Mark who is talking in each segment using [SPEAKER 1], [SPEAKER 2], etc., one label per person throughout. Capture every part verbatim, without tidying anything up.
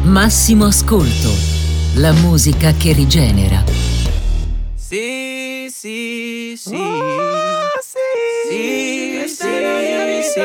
[SPEAKER 1] Massimo Ascolto, la musica che rigenera.
[SPEAKER 2] Sì, sì, sì. Oh, sì, sì, sì, sì.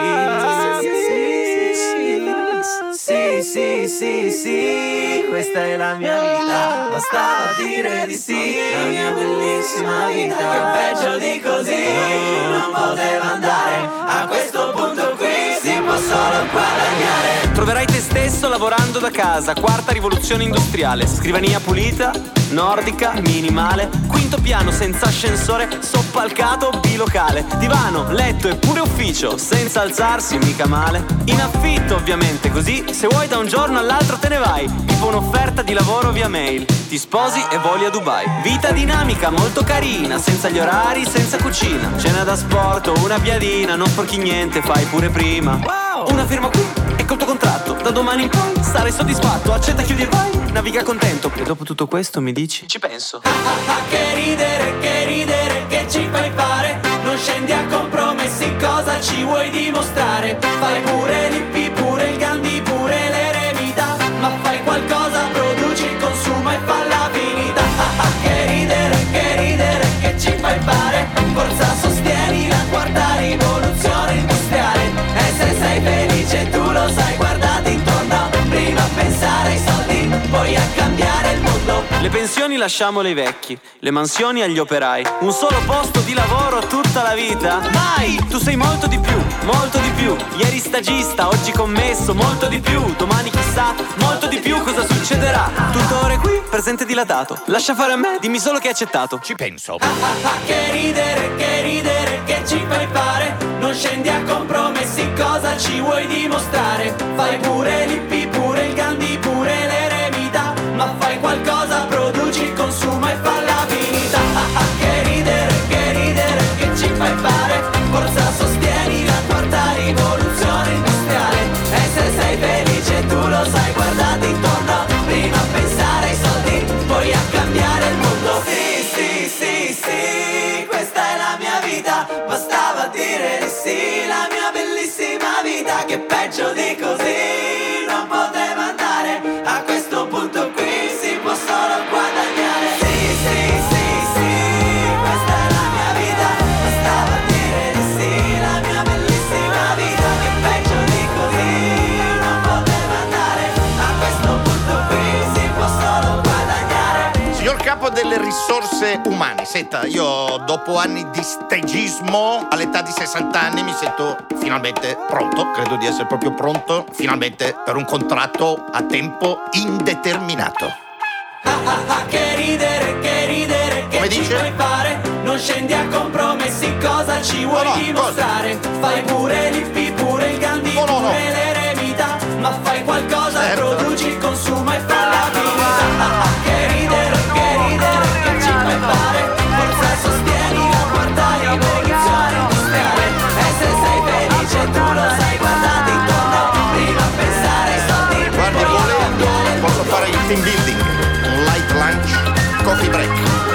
[SPEAKER 2] Sì, sì, sì, sì, questa è la mia vita. Bastava dire di sì, la mia bellissima vita. Che peggio di così non poteva andare. A questo punto qui si può solo guadagnare. Troverai te stesso lavorando da casa. Quarta rivoluzione industriale. Scrivania pulita, nordica, minimale. Quinto piano senza ascensore, soppalcato, bilocale. Divano, letto e pure ufficio, senza alzarsi mica male. In affitto ovviamente, così se vuoi da un giorno all'altro te ne vai. Tipo un'offerta di lavoro via mail. Ti sposi e voli a Dubai. Vita dinamica, molto carina, senza gli orari, senza cucina. Cena da sport o una piadina, non sporchi niente, fai pure prima. Wow! Una firma qui e col tuo contratto. Da domani in poi sarai soddisfatto, accetta, chiudi e vai. Naviga contento. E dopo tutto questo mi dici? Ci penso. Ah, ah, ah, che ridere, che ridere, che ci fai fare. Non scendi a compromessi, cosa ci vuoi dimostrare? Fai pure l'I P, pure il Gandhi, pure l'eremita. Ma fai qualcosa, produci, consuma e falla finita. Ah, ah, che ridere, che ridere, che ci fai fare. Forza sostieni la quarta rivoluzione industriale. E se sei felice tu lo sai, guardati intorno. Prima a pensare ai soldi, poi a cambiare il mondo. Le pensioni lasciamole ai vecchi, le mansioni agli operai. Un solo posto di lavoro tutta la vita? Mai! Tu sei molto di più, molto di più. Ieri stagista, oggi commesso, molto di più. Domani chissà, molto di più cosa succederà. Tutto ore qui, presente dilatato. Lascia fare a me, dimmi solo che hai accettato.
[SPEAKER 3] Ci penso.
[SPEAKER 2] Ah, ah, ah, che ridere, che ridere, che ci fai fare. Non scendi a compromessi, cosa ci vuoi dimostrare? Fai pure l'I P, pure il Gandhi, pure l'eremita. Ma fai qualcosa, produci, consuma e falla finita. Ah, ah, che ridere, che ridere, che ci fai fare. Forza sostieni la quarta rivoluzione industriale. E se sei felice tu lo sai, guardati intorno. Prima a pensare ai soldi, poi a cambiare il mondo. Sì, sì, sì, sì, questa è la mia vita. Bastava dire di sì, la mia bellissima vita. Che peggio di così non poteva andare. A questo punto qui si può solo guadagnare. Sì, sì, sì, sì, questa è la mia vita. Bastava dire di sì, la mia bellissima vita. Che peggio di così non poteva andare. A questo punto qui si può solo guadagnare.
[SPEAKER 3] Signor capo delle risorse umane, senta, io dopo anni di stagismo all'età di sessanta anni mi sento finalmente pronto, credo di essere proprio pronto, finalmente per un contratto a tempo indeterminato.
[SPEAKER 2] Ah, ah, ah, che ridere, che ridere, che
[SPEAKER 3] Come
[SPEAKER 2] ci
[SPEAKER 3] dice?
[SPEAKER 2] puoi fare? Non scendi a compromessi, cosa ci vuoi
[SPEAKER 3] No, no,
[SPEAKER 2] dimostrare? Fai pure l'I P, pure il Gandhi,
[SPEAKER 3] No, no, no.
[SPEAKER 2] pure l'eremita. Ma fai qualcosa,
[SPEAKER 3] Certo.
[SPEAKER 2] produci, consuma e falla finita. Ah, ah, che ridere, che ridere, che ci puoi fare? Forza sostieni la quarta rivoluzione industriale. E se sei felice tu lo sai, guardati intorno. Prima a pensare ai soldi,
[SPEAKER 3] Guardi,
[SPEAKER 2] poi a
[SPEAKER 3] volendo
[SPEAKER 2] cambiare il
[SPEAKER 3] posso
[SPEAKER 2] mondo.
[SPEAKER 3] fare il team building, un light lunch, coffee break.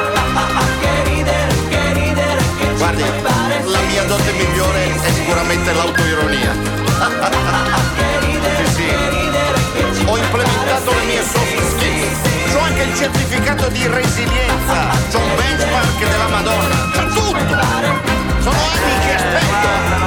[SPEAKER 2] Che ridere, che ridere, che ci
[SPEAKER 3] Guardi,
[SPEAKER 2] fai fare?
[SPEAKER 3] la mia dote migliore è sicuramente l'autoironia.
[SPEAKER 2] Che ridere,
[SPEAKER 3] Sì, sì.
[SPEAKER 2] che ridere, che ci
[SPEAKER 3] Ho
[SPEAKER 2] fai
[SPEAKER 3] implementato
[SPEAKER 2] fare?
[SPEAKER 3] le mie
[SPEAKER 2] Sì,
[SPEAKER 3] soft
[SPEAKER 2] sì,
[SPEAKER 3] skills.
[SPEAKER 2] sì, sì.
[SPEAKER 3] C'ho anche il certificato di resilienza. C'ho un benchmark della Madonna. C'ho tutto. Sono anni che aspetto.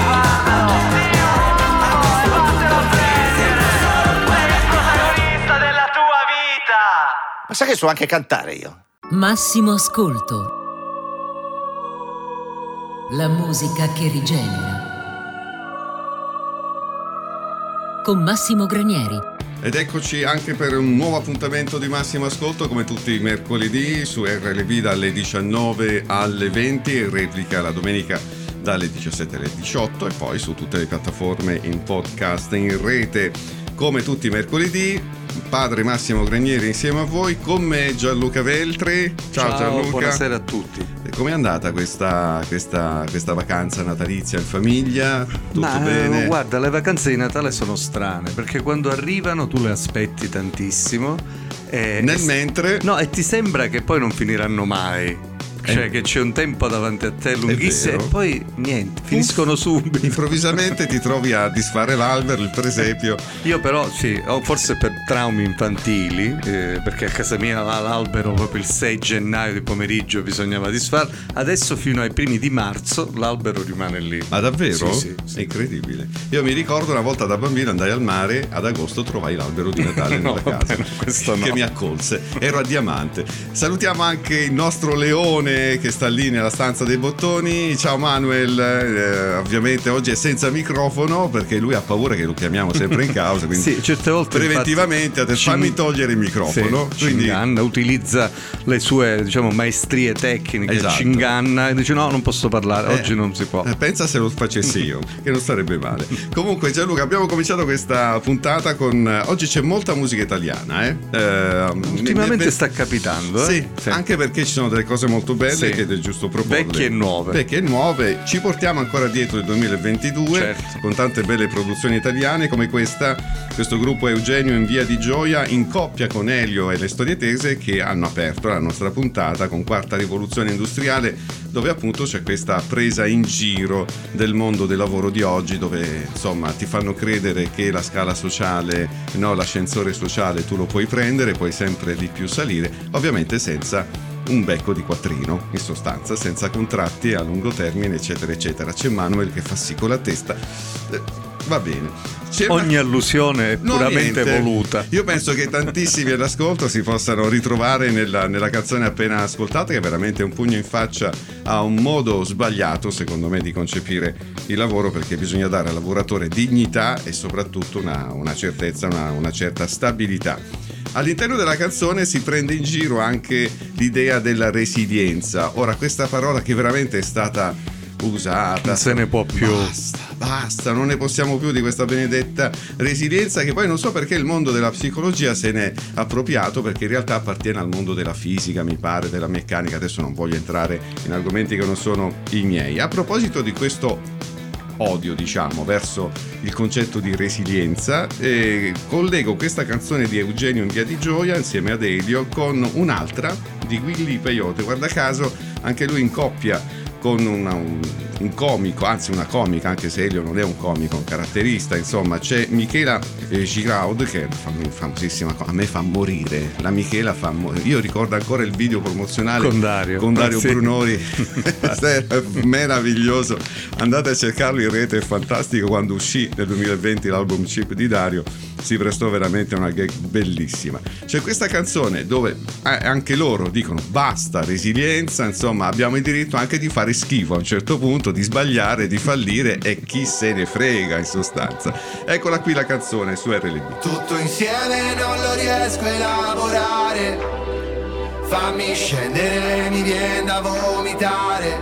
[SPEAKER 2] Della tua vita.
[SPEAKER 3] Ma sai che so anche cantare io?
[SPEAKER 1] Massimo Ascolto, la musica che rigenera. Con Massimo Granieri.
[SPEAKER 4] Ed eccoci anche per un nuovo appuntamento di Massimo Ascolto, come tutti i mercoledì su R L V dalle diciannove alle venti e replica la domenica dalle diciassette alle diciotto e poi su tutte le piattaforme in podcast e in rete. Come tutti i mercoledì, padre Massimo Granieri insieme a voi, con me Gianluca Veltri. Ciao,
[SPEAKER 5] Ciao,
[SPEAKER 4] Gianluca.
[SPEAKER 5] buonasera a tutti.
[SPEAKER 4] Com'è andata questa, questa, questa vacanza natalizia in famiglia? Tutto
[SPEAKER 5] Ma
[SPEAKER 4] bene?
[SPEAKER 5] guarda, le vacanze di Natale sono strane perché quando arrivano tu le aspetti tantissimo e
[SPEAKER 4] Nel mentre
[SPEAKER 5] no, e ti sembra che poi non finiranno mai. Cioè, eh, che c'è un tempo davanti a te lunghissimo e poi niente, finiscono subito.
[SPEAKER 4] Improvvisamente ti trovi a disfare l'albero, il presepio.
[SPEAKER 5] Io però sì, forse per traumi infantili, eh, perché a casa mia l'albero proprio il sei gennaio di pomeriggio bisognava disfare. Adesso fino ai primi di marzo l'albero rimane lì.
[SPEAKER 4] Ma davvero?
[SPEAKER 5] Sì, sì, sì.
[SPEAKER 4] È incredibile. Io mi ricordo una volta da bambino andai al mare, ad agosto trovai l'albero di Natale
[SPEAKER 5] no,
[SPEAKER 4] nella casa,
[SPEAKER 5] no, questo no.
[SPEAKER 4] che mi accolse. Ero a Diamante. Salutiamo anche il nostro leone che sta lì nella stanza dei bottoni. Ciao Manuel, eh, ovviamente oggi è senza microfono perché lui ha paura che lo chiamiamo sempre in causa, quindi
[SPEAKER 5] sì, certe volte
[SPEAKER 4] preventivamente ha detto fammi
[SPEAKER 5] cin-
[SPEAKER 4] togliere il microfono.
[SPEAKER 5] Sì,
[SPEAKER 4] quindi
[SPEAKER 5] Cinganna utilizza le sue, diciamo, maestrie tecniche,
[SPEAKER 4] esatto.
[SPEAKER 5] Cinganna e dice no, non posso parlare,
[SPEAKER 4] eh,
[SPEAKER 5] oggi non si può.
[SPEAKER 4] Eh, pensa se lo facessi io, che non sarebbe male. Comunque Gianluca, abbiamo cominciato questa puntata con oggi c'è molta musica italiana, eh? eh
[SPEAKER 5] ultimamente
[SPEAKER 4] ne, ne,
[SPEAKER 5] sta capitando,
[SPEAKER 4] sì,
[SPEAKER 5] eh? Sì,
[SPEAKER 4] anche perché ci sono delle cose molto belle, sì, che è giusto proporre.
[SPEAKER 5] Vecchie e nuove.
[SPEAKER 4] Vecchie e nuove. Ci portiamo ancora dietro il duemilaventidue, certo, con tante belle produzioni italiane come questa, questo gruppo Eugenio in Via di Gioia in coppia con Elio e le Storie Tese, che hanno aperto la nostra puntata con Quarta Rivoluzione Industriale, dove appunto c'è questa presa in giro del mondo del lavoro di oggi, dove insomma ti fanno credere che la scala sociale, no, l'ascensore sociale tu lo puoi prendere, puoi sempre di più salire, ovviamente senza un becco di quattrino, in sostanza, senza contratti a lungo termine, eccetera eccetera. C'è Manuel che fa sì con la testa, eh, va bene. C'è
[SPEAKER 5] ogni
[SPEAKER 4] una...
[SPEAKER 5] allusione è
[SPEAKER 4] no,
[SPEAKER 5] puramente
[SPEAKER 4] niente.
[SPEAKER 5] voluta.
[SPEAKER 4] Io penso che tantissimi all'ascolto si possano ritrovare nella, nella canzone appena ascoltata, che è veramente un pugno in faccia a un modo sbagliato, secondo me, di concepire il lavoro, perché bisogna dare al lavoratore dignità e soprattutto una, una certezza, una, una certa stabilità. All'interno della canzone si prende in giro anche l'idea della resilienza. Ora, questa parola che veramente è stata usata,
[SPEAKER 5] non se ne può più,
[SPEAKER 4] basta, basta, non ne possiamo più di questa benedetta resilienza, che poi non so perché il mondo della psicologia se n'è appropriato, perché in realtà appartiene al mondo della fisica, mi pare, della meccanica. Adesso non voglio entrare in argomenti che non sono i miei. A proposito di questo odio, diciamo, verso il concetto di resilienza, eh, collego questa canzone di Eugenio in Via di Gioia insieme ad Elio con un'altra di Willy Peyote, guarda caso anche lui in coppia con una, un, un comico, anzi una comica, anche se Elio non è un comico, un caratterista, insomma. C'è Michela eh, Giraud, che è famosissima, a me fa morire, la Michela fa morire. Io ricordo ancora il video promozionale
[SPEAKER 5] con Dario,
[SPEAKER 4] con Dario
[SPEAKER 5] ah, sì.
[SPEAKER 4] Brunori, meraviglioso, andate a cercarlo in rete, è fantastico. Quando uscì nel duemilaventi l'album Chip di Dario, si prestò veramente a una gag bellissima. C'è questa canzone dove anche loro dicono basta resilienza, insomma abbiamo il diritto anche di fare schifo a un certo punto, di sbagliare, di fallire, e chi se ne frega, in sostanza. Eccola qui la canzone su R L B.
[SPEAKER 2] Tutto insieme non lo riesco a elaborare, fammi scendere, mi viene da vomitare,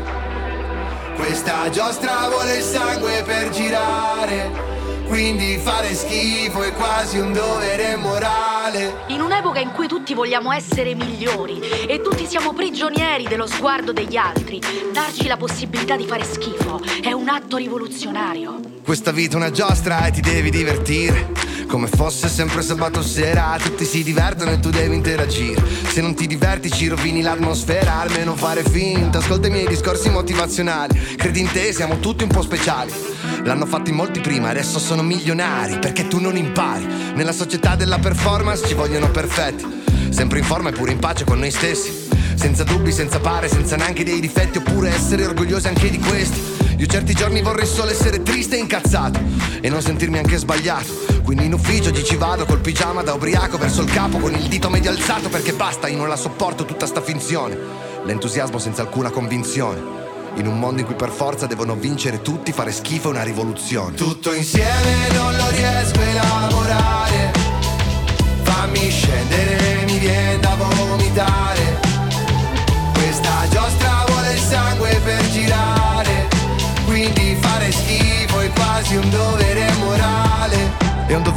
[SPEAKER 2] questa giostra vuole il sangue per girare, quindi fare schifo è quasi un dovere morale.
[SPEAKER 6] In un'epoca in cui tutti vogliamo essere migliori e tutti siamo prigionieri dello sguardo degli altri, darci la possibilità di fare schifo è un atto rivoluzionario.
[SPEAKER 2] Questa vita è una giostra e ti devi divertire, come fosse sempre sabato sera, tutti si divertono e tu devi interagire. Se non ti diverti ci rovini l'atmosfera, almeno fare finta, ascolta i miei discorsi motivazionali, credi in te, siamo tutti un po' speciali. L'hanno fatto in molti prima, adesso sono milionari, perché tu non impari. Nella società della performance ci vogliono perfetti, sempre in forma e pure in pace con noi stessi, senza dubbi, senza pare, senza neanche dei difetti, oppure essere orgogliosi anche di questi. Io certi giorni vorrei solo essere triste e incazzato e non sentirmi anche sbagliato, quindi in ufficio ci vado col pigiama da ubriaco, verso il capo con il dito medio alzato, perché basta, io non la sopporto tutta sta finzione, l'entusiasmo senza alcuna convinzione. In un mondo in cui per forza devono vincere tutti, fare schifo è una rivoluzione. Tutto insieme non lo riesco a elaborare, fammi scendere, mi viene da vomitare, questa giostra vuole il sangue per girare, quindi fare schifo è quasi un dovere morale. È un dovere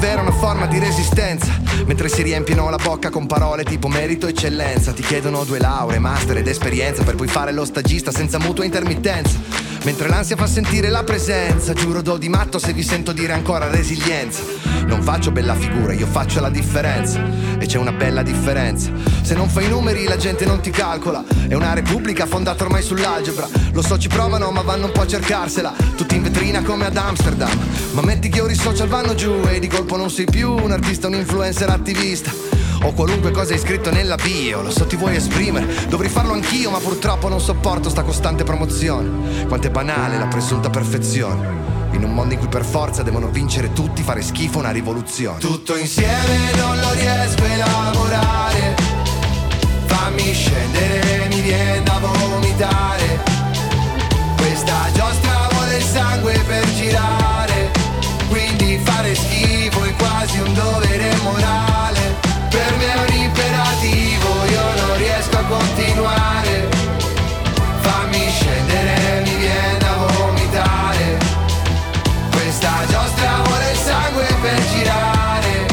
[SPEAKER 7] davvero una forma di resistenza, mentre si riempiono la bocca con parole tipo merito, eccellenza. Ti chiedono due lauree, master ed esperienza per poi fare lo stagista senza mutua intermittenza, mentre l'ansia fa sentire la presenza. Giuro do di matto se vi sento dire ancora resilienza. Non faccio bella figura, io faccio la differenza, e c'è una bella differenza. Se non fai i numeri la gente non ti calcola, è una repubblica fondata ormai sull'algebra. Lo so ci provano ma vanno un po' a cercarsela, tutti in vetrina come ad Amsterdam. Ma metti che ora i social vanno giù e di colpo non sei più un artista, un influencer attivista o qualunque cosa hai scritto nella bio. Lo so ti vuoi esprimere, dovrei farlo anch'io, ma purtroppo non sopporto sta costante promozione. Quanto è banale la presunta perfezione, in un mondo in cui per forza devono vincere tutti, fare schifo una rivoluzione. Tutto insieme non lo riesco a elaborare, fammi scendere, mi viene da vomitare. Questa giostra vuole il sangue per girare, quindi fare schifo è quasi un dovere morale. Per me è un imperativo, io non riesco a continuare. Fammi scendere, mi viene da vomitare. Questa giostra vuole il sangue per girare,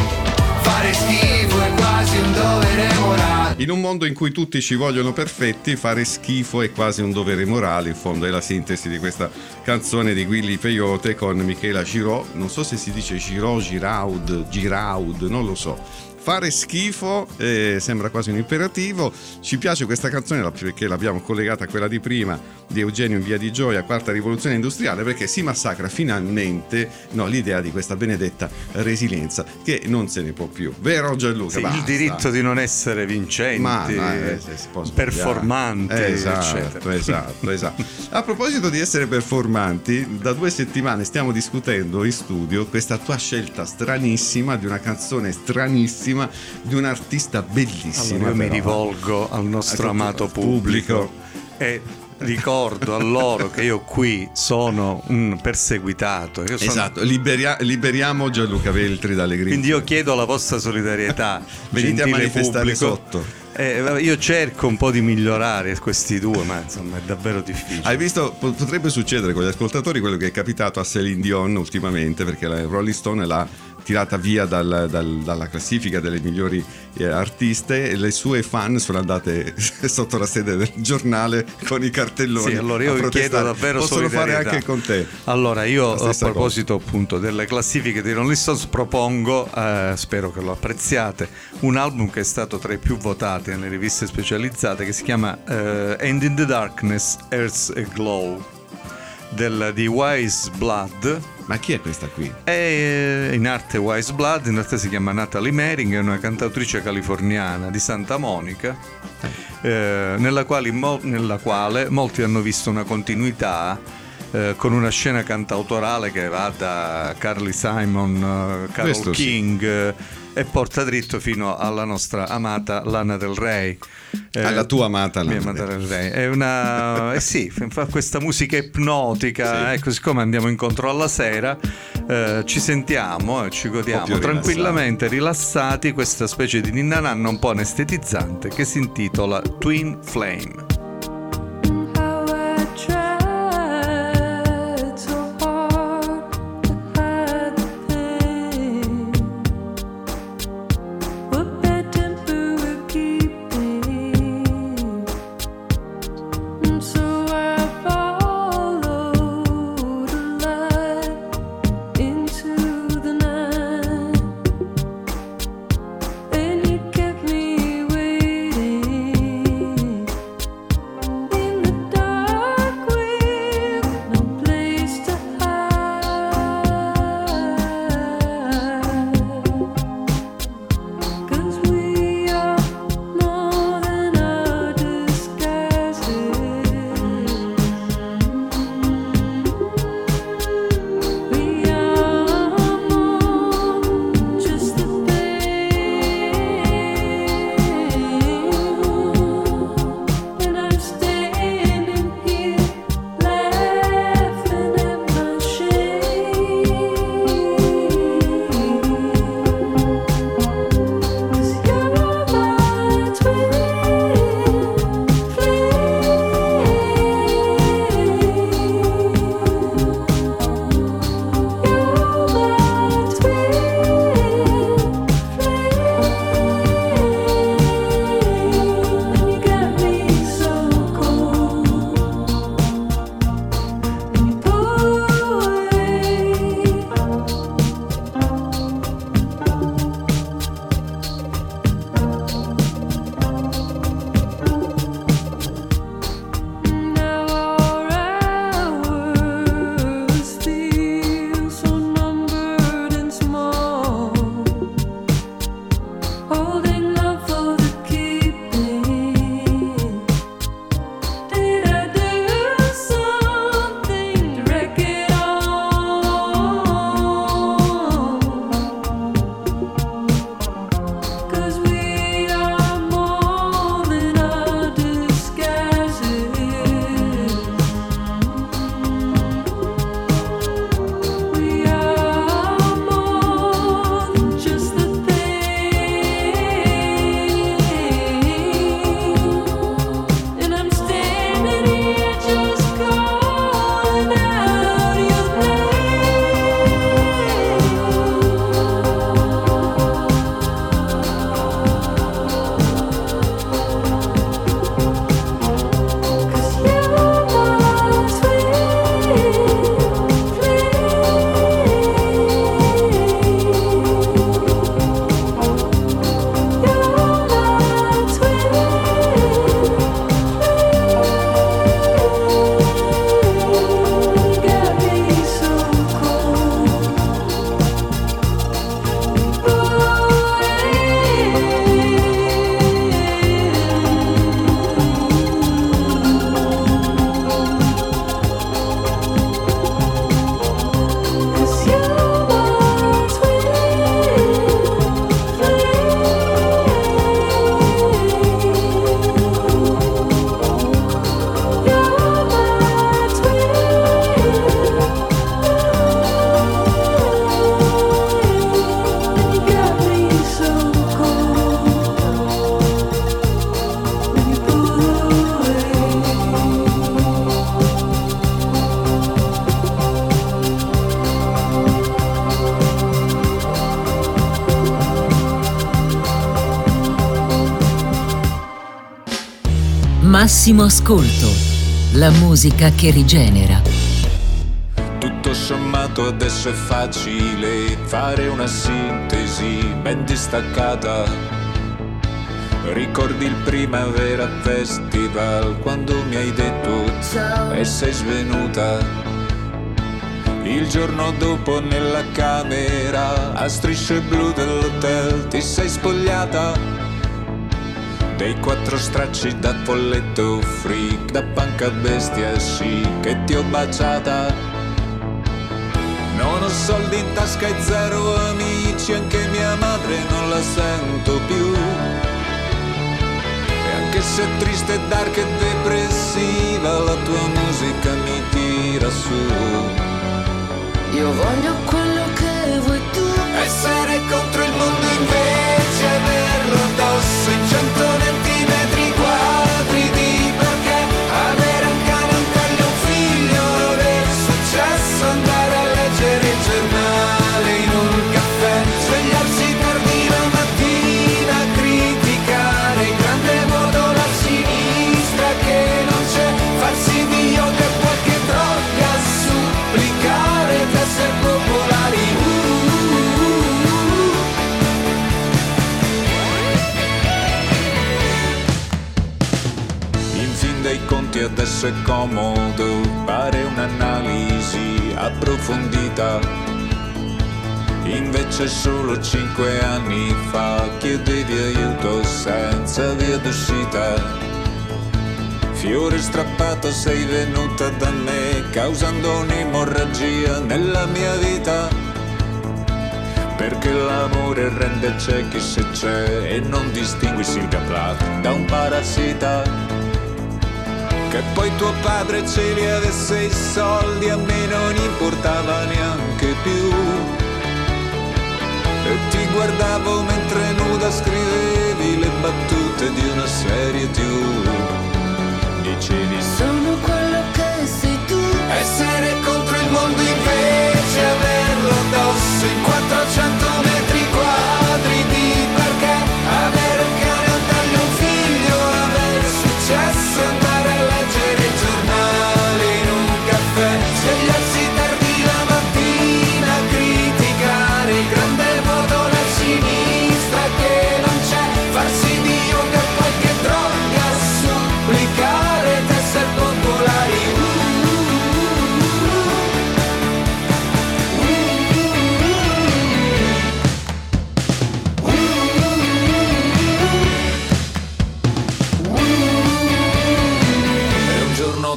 [SPEAKER 7] fare schifo è quasi un dovere morale.
[SPEAKER 4] In un mondo in cui tutti ci vogliono perfetti, fare schifo è quasi un dovere morale. In fondo è la sintesi di questa canzone di Willy Peyote con Michela Giraud. Non so se si dice Giraud, Giraud, Giraud, non lo so. Fare schifo eh, sembra quasi un imperativo. Ci piace questa canzone perché l'abbiamo collegata a quella di prima di Eugenio in Via di Gioia, quarta rivoluzione industriale, perché si massacra finalmente no, l'idea di questa benedetta resilienza che non se ne può più. Vero Gianluca?
[SPEAKER 5] Sì, il diritto di non essere vincenti, ma, ma, eh, performanti,
[SPEAKER 4] eh, esatto,
[SPEAKER 5] eccetera.
[SPEAKER 4] Esatto, esatto. A proposito di essere performanti, da due settimane stiamo discutendo in studio questa tua scelta stranissima di una canzone stranissima di un artista bellissimo.
[SPEAKER 5] Allora io mi rivolgo al nostro amato pubblico, pubblico e ricordo a loro che io qui sono un perseguitato. Io sono...
[SPEAKER 4] Esatto, Liberia- liberiamo Gianluca Veltri dalle grinfie.
[SPEAKER 5] Quindi io chiedo la vostra solidarietà.
[SPEAKER 4] Venite a manifestare
[SPEAKER 5] pubblico.
[SPEAKER 4] Sotto.
[SPEAKER 5] Eh, io cerco un po' di migliorare questi due, ma insomma è davvero difficile.
[SPEAKER 4] Hai visto, potrebbe succedere con gli ascoltatori quello che è capitato a Céline Dion ultimamente, perché la Rolling Stone l'ha tirata via dal, dal, dalla classifica delle migliori eh, artiste, e le sue fan sono andate sotto la sede del giornale con i cartelloni.
[SPEAKER 5] Sì, allora io vi chiedo davvero
[SPEAKER 4] possono
[SPEAKER 5] solidarietà.
[SPEAKER 4] fare anche con te.
[SPEAKER 5] Allora io a proposito
[SPEAKER 4] cosa.
[SPEAKER 5] appunto delle classifiche di Rolling Stones propongo, eh, spero che lo apprezziate, un album che è stato tra i più votati nelle riviste specializzate, che si chiama eh, And in the Darkness Earth's a Glow, del, di Wise Blood.
[SPEAKER 4] Ma chi è questa qui?
[SPEAKER 5] È in arte Wise Blood, in realtà si chiama Natalie Merring, è una cantautrice californiana di Santa Monica, eh, nella, quale, mo, nella quale molti hanno visto una continuità eh, con una scena cantautorale che va da Carly Simon, uh, Carole
[SPEAKER 4] Questo
[SPEAKER 5] King,
[SPEAKER 4] sì.
[SPEAKER 5] eh, e porta dritto fino alla nostra amata Lana Del Rey.
[SPEAKER 4] Eh, alla tua amata Lana
[SPEAKER 5] mia amata Del Rey. È una eh sì, fa questa musica ipnotica, sì. Ecco, siccome andiamo incontro alla sera, eh, ci sentiamo e ci godiamo tranquillamente rilassati questa specie di ninna nanna un po' anestetizzante che si intitola Twin Flame.
[SPEAKER 1] Massimo Ascolto, la musica che rigenera.
[SPEAKER 8] Tutto sommato adesso è facile fare una sintesi ben distaccata. Ricordi il Primavera Festival quando mi hai detto ciao e sei svenuta. Il giorno dopo nella camera a strisce blu dell'hotel ti sei spogliata dei quattro stracci da folletto freak, da panca bestia sì che ti ho baciata. Non ho soldi in tasca e zero amici, anche mia madre non la sento più. E anche se è triste, dark e depressiva, la tua musica mi tira su.
[SPEAKER 2] Io voglio quello che vuoi tu, essere contro il mondo invece averlo addosso in centoventi metri quadri di perché avere un cane, un taglio, un figlio, aver successo, andare a leggere il giornale in un caffè, svegliarsi tardi la mattina, criticare il grande modo la sinistra che non c'è, farsi di yoga e qualche droga, supplicare di essere popolari.
[SPEAKER 8] Dei conti adesso è comodo fare un'analisi approfondita. Invece solo cinque anni fa chiedevi aiuto senza via d'uscita. Fiore strappato sei venuta da me causando un'emorragia nella mia vita. Perché l'amore rende ciechi se c'è e non distingui Silvia Plath da un parassita. Che poi tuo padre ce li avesse i soldi, a me non importava neanche più. E ti guardavo mentre nuda scrivevi le battute di una serie tivù. Dicevi
[SPEAKER 2] sono quello che sei tu, essere contro il mondo invece averlo addosso in quattrocento metri quadri di perché avere un cane, un taglio, un figlio, avere successo, andare a leggere il giornale in un caffè, svegliarsi tardi la mattina, criticare il grande modo la sinistra che non c'è, farsi di yoga e qualche droga, supplicare di essere popolari. Uh, uh, uh, uh.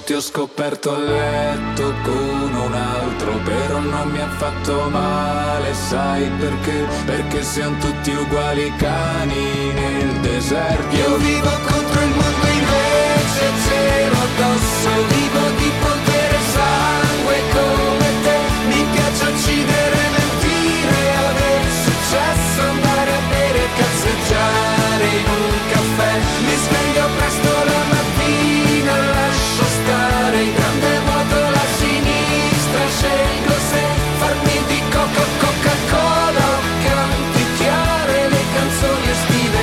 [SPEAKER 8] ti ho scoperto a letto con un altro, però non mi ha fatto male, sai perché? Perché siamo tutti uguali cani nel deserto. Io vivo contro il mondo invece zero addosso, vivo di polvere e sangue come te. Mi piace uccidere, mentire, aver successo, andare a bere, cazzeggiare in un caffè. Mi sveglio presto la mattina, lascio stare il grande vuoto, la sinistra, scelgo se farmi di coca Coca-Cola o canticchiare le canzoni estive.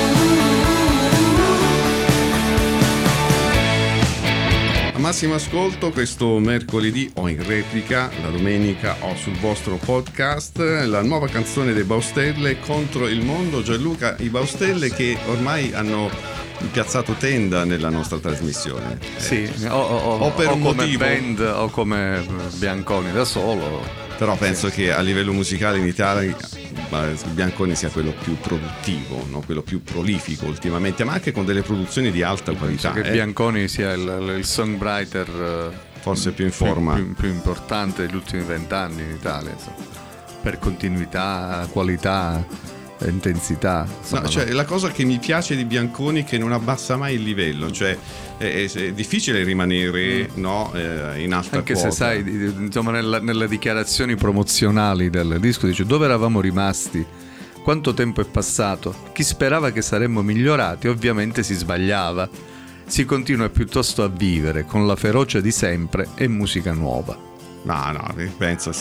[SPEAKER 4] A massimo ascolto questo mercoledì o in replica, la domenica o sul vostro podcast, la nuova canzone dei Baustelle, Contro il mondo. Gianluca, i Baustelle che ormai hanno piazzato tenda nella nostra trasmissione.
[SPEAKER 5] Sì, o, o,
[SPEAKER 4] o per
[SPEAKER 5] o
[SPEAKER 4] un
[SPEAKER 5] come
[SPEAKER 4] motivo,
[SPEAKER 5] band o come Bianconi da solo.
[SPEAKER 4] però penso sì. che a livello musicale in Italia Bianconi sia quello più produttivo, no? Quello più prolifico ultimamente, ma anche con delle produzioni di alta qualità.
[SPEAKER 5] Penso che
[SPEAKER 4] eh.
[SPEAKER 5] Bianconi sia il, il songwriter
[SPEAKER 4] forse più in forma,
[SPEAKER 5] più, più, più importante degli ultimi vent'anni in Italia, insomma, per continuità, qualità, intensità. Insomma,
[SPEAKER 4] no, cioè,
[SPEAKER 5] no.
[SPEAKER 4] La cosa che mi piace di Bianconi è che non abbassa mai il livello, cioè è, è, è difficile rimanere mm. no, eh, in alta
[SPEAKER 5] anche
[SPEAKER 4] quota.
[SPEAKER 5] se sai, insomma, nella, nelle dichiarazioni promozionali del disco dice: dove eravamo rimasti? Quanto tempo è passato? Chi sperava che saremmo migliorati ovviamente si sbagliava. Si continua piuttosto a vivere con la ferocia di sempre e musica nuova.
[SPEAKER 4] No, no, penso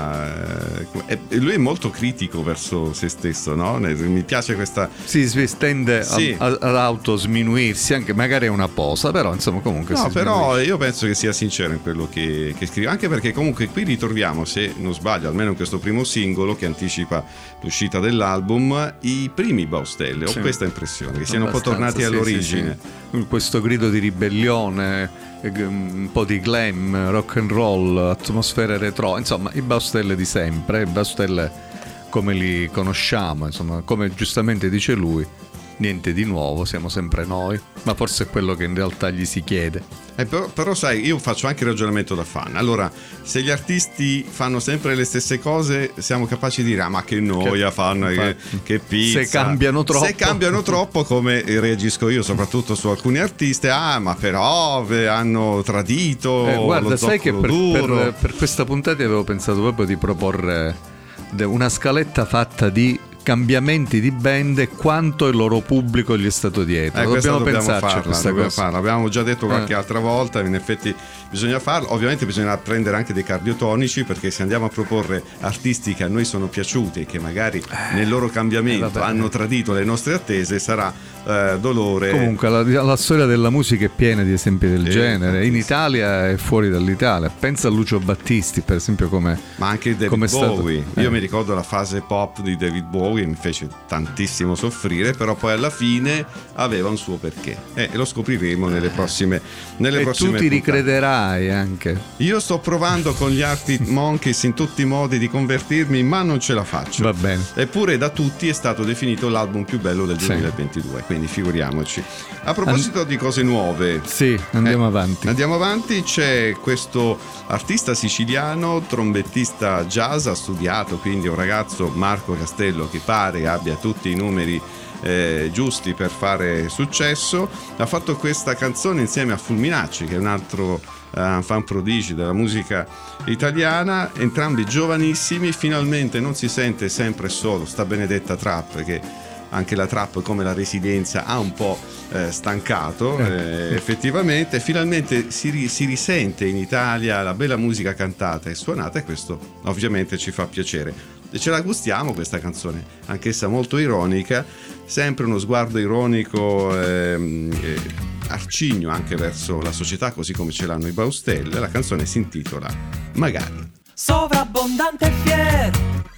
[SPEAKER 4] sia. Eh, lui è molto critico verso se stesso, no? Mi piace questa.
[SPEAKER 5] Sì, si tende sì. a, a, ad autosminuirsi, anche magari è una posa, però insomma, comunque.
[SPEAKER 4] No,
[SPEAKER 5] si
[SPEAKER 4] però
[SPEAKER 5] sminuisce.
[SPEAKER 4] io penso che sia sincero in quello che, che scrive, anche perché comunque qui ritroviamo, se non sbaglio, almeno in questo primo singolo che anticipa l'uscita dell'album, i primi Baustelle. Ho
[SPEAKER 5] sì. questa impressione, che siano un po' tornati
[SPEAKER 4] sì,
[SPEAKER 5] all'origine. Sì, sì. Questo grido di ribellione, un po' di glam, rock and roll, atmosfere retro, insomma i Baustelle di sempre, i Baustelle come li conosciamo, insomma, come giustamente dice lui, niente di nuovo, siamo sempre noi, ma forse è quello che in realtà gli si chiede.
[SPEAKER 4] Eh, però, però sai, io faccio anche il ragionamento da fan. Allora, se gli artisti fanno sempre le stesse cose, siamo capaci di dire: ah, ma che noia, che, fanno, che, che pizza.
[SPEAKER 5] Se cambiano troppo.
[SPEAKER 4] Se cambiano troppo, come reagisco io, soprattutto su alcuni artisti, ah, ma però hanno tradito.
[SPEAKER 5] Eh, guarda,
[SPEAKER 4] lo
[SPEAKER 5] sai che per,
[SPEAKER 4] duro.
[SPEAKER 5] per, per questa puntata avevo pensato proprio di proporre una scaletta fatta di cambiamenti di band e quanto il loro pubblico gli è stato dietro.
[SPEAKER 4] Eh,
[SPEAKER 5] dobbiamo,
[SPEAKER 4] dobbiamo
[SPEAKER 5] pensarci
[SPEAKER 4] farla,
[SPEAKER 5] a questa
[SPEAKER 4] dobbiamo
[SPEAKER 5] cosa.
[SPEAKER 4] Farla. Abbiamo già detto qualche
[SPEAKER 5] eh.
[SPEAKER 4] altra volta, in effetti bisogna farlo. Ovviamente bisogna prendere anche dei cardiotonici, perché se andiamo a proporre artisti che a noi sono piaciuti e che magari eh. nel loro cambiamento eh, hanno tradito le nostre attese, sarà eh, dolore.
[SPEAKER 5] Comunque la, la storia della musica è piena di esempi del eh, genere, in Italia e fuori dall'Italia. Pensa a Lucio Battisti, per esempio, come
[SPEAKER 4] ma anche David
[SPEAKER 5] come
[SPEAKER 4] Bowie.
[SPEAKER 5] Stato,
[SPEAKER 4] io
[SPEAKER 5] eh.
[SPEAKER 4] mi ricordo la fase pop di David Bowie, mi fece tantissimo soffrire, però poi alla fine aveva un suo perché e lo scopriremo nelle prossime nelle
[SPEAKER 5] e
[SPEAKER 4] prossime
[SPEAKER 5] tu ti
[SPEAKER 4] puntate.
[SPEAKER 5] Ricrederai anche.
[SPEAKER 4] Io sto provando con gli Arctic Monkeys in tutti i modi di convertirmi, ma non ce la faccio.
[SPEAKER 5] Va bene.
[SPEAKER 4] Eppure da tutti è stato definito l'album più bello del duemilaventidue, sì. Quindi figuriamoci. A proposito And... di cose nuove,
[SPEAKER 5] sì, andiamo
[SPEAKER 4] eh,
[SPEAKER 5] avanti
[SPEAKER 4] andiamo avanti c'è questo artista siciliano, trombettista jazz, ha studiato, quindi un ragazzo, Marco Castello, che pare abbia tutti i numeri eh, giusti per fare successo. Ha fatto questa canzone insieme a Fulminacci, che è un altro uh, fan prodigi della musica italiana, entrambi giovanissimi. Finalmente non si sente sempre solo sta benedetta trap, che anche la trap, come la residenza, ha un po' eh, stancato eh, effettivamente. Finalmente si, ri- si risente in Italia la bella musica cantata e suonata, e questo ovviamente ci fa piacere. E ce la gustiamo questa canzone, anch'essa molto ironica, sempre uno sguardo ironico, ehm, eh, arcigno anche verso la società, così come ce l'hanno i Baustelle. La canzone si intitola Magari.
[SPEAKER 2] Sovrabbondante e fiero,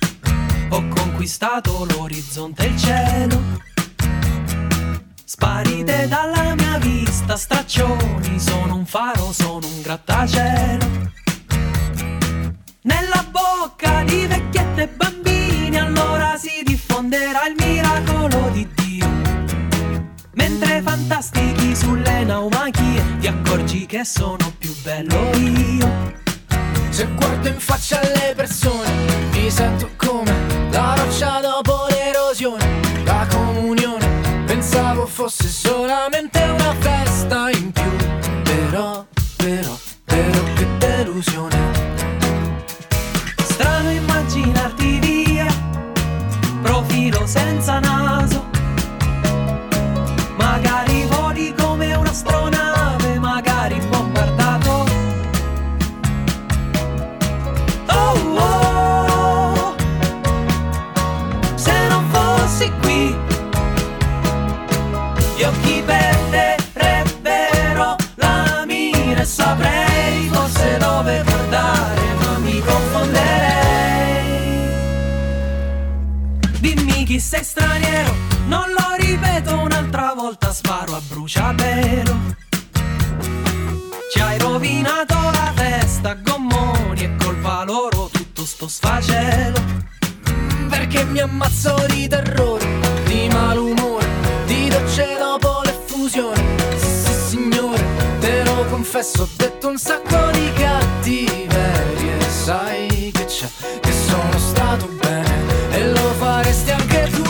[SPEAKER 2] ho conquistato l'orizzonte e il cielo. Sparite dalla mia vista, straccioni, sono un faro, sono un grattacielo. Nella bocca di vecchiette e bambini, allora si diffonderà il miracolo di Dio. Mentre fantastichi sulle naumachie, ti accorgi che sono più bello io.
[SPEAKER 9] Se guardo in faccia alle persone, mi sento come la roccia dopo l'erosione. La comunione, pensavo fosse solamente una festa in più. Però, però, però che delusione.
[SPEAKER 2] Strano immaginarti via, profilo senza naso. Magari voli come un'astronave, magari bombardato. Oh, oh, se non fossi qui, gli occhi perderebbero la mira e saprei forse dove guardare, ma mi confonderei. Dimmi chi sei straniero, non lo ripeto un'altra volta, sparo a bruciapelo. Ci hai rovinato la testa, gommoni, è colpa loro tutto sto sfacelo.
[SPEAKER 9] Perché mi ammazzo di terrore, di malumore, di dolce dopo l'effusione. Sì, sì signore, te lo confesso, ho detto un sacco di cattiverie. Sai che c'è, che sono stato bene e lo faresti anche tu.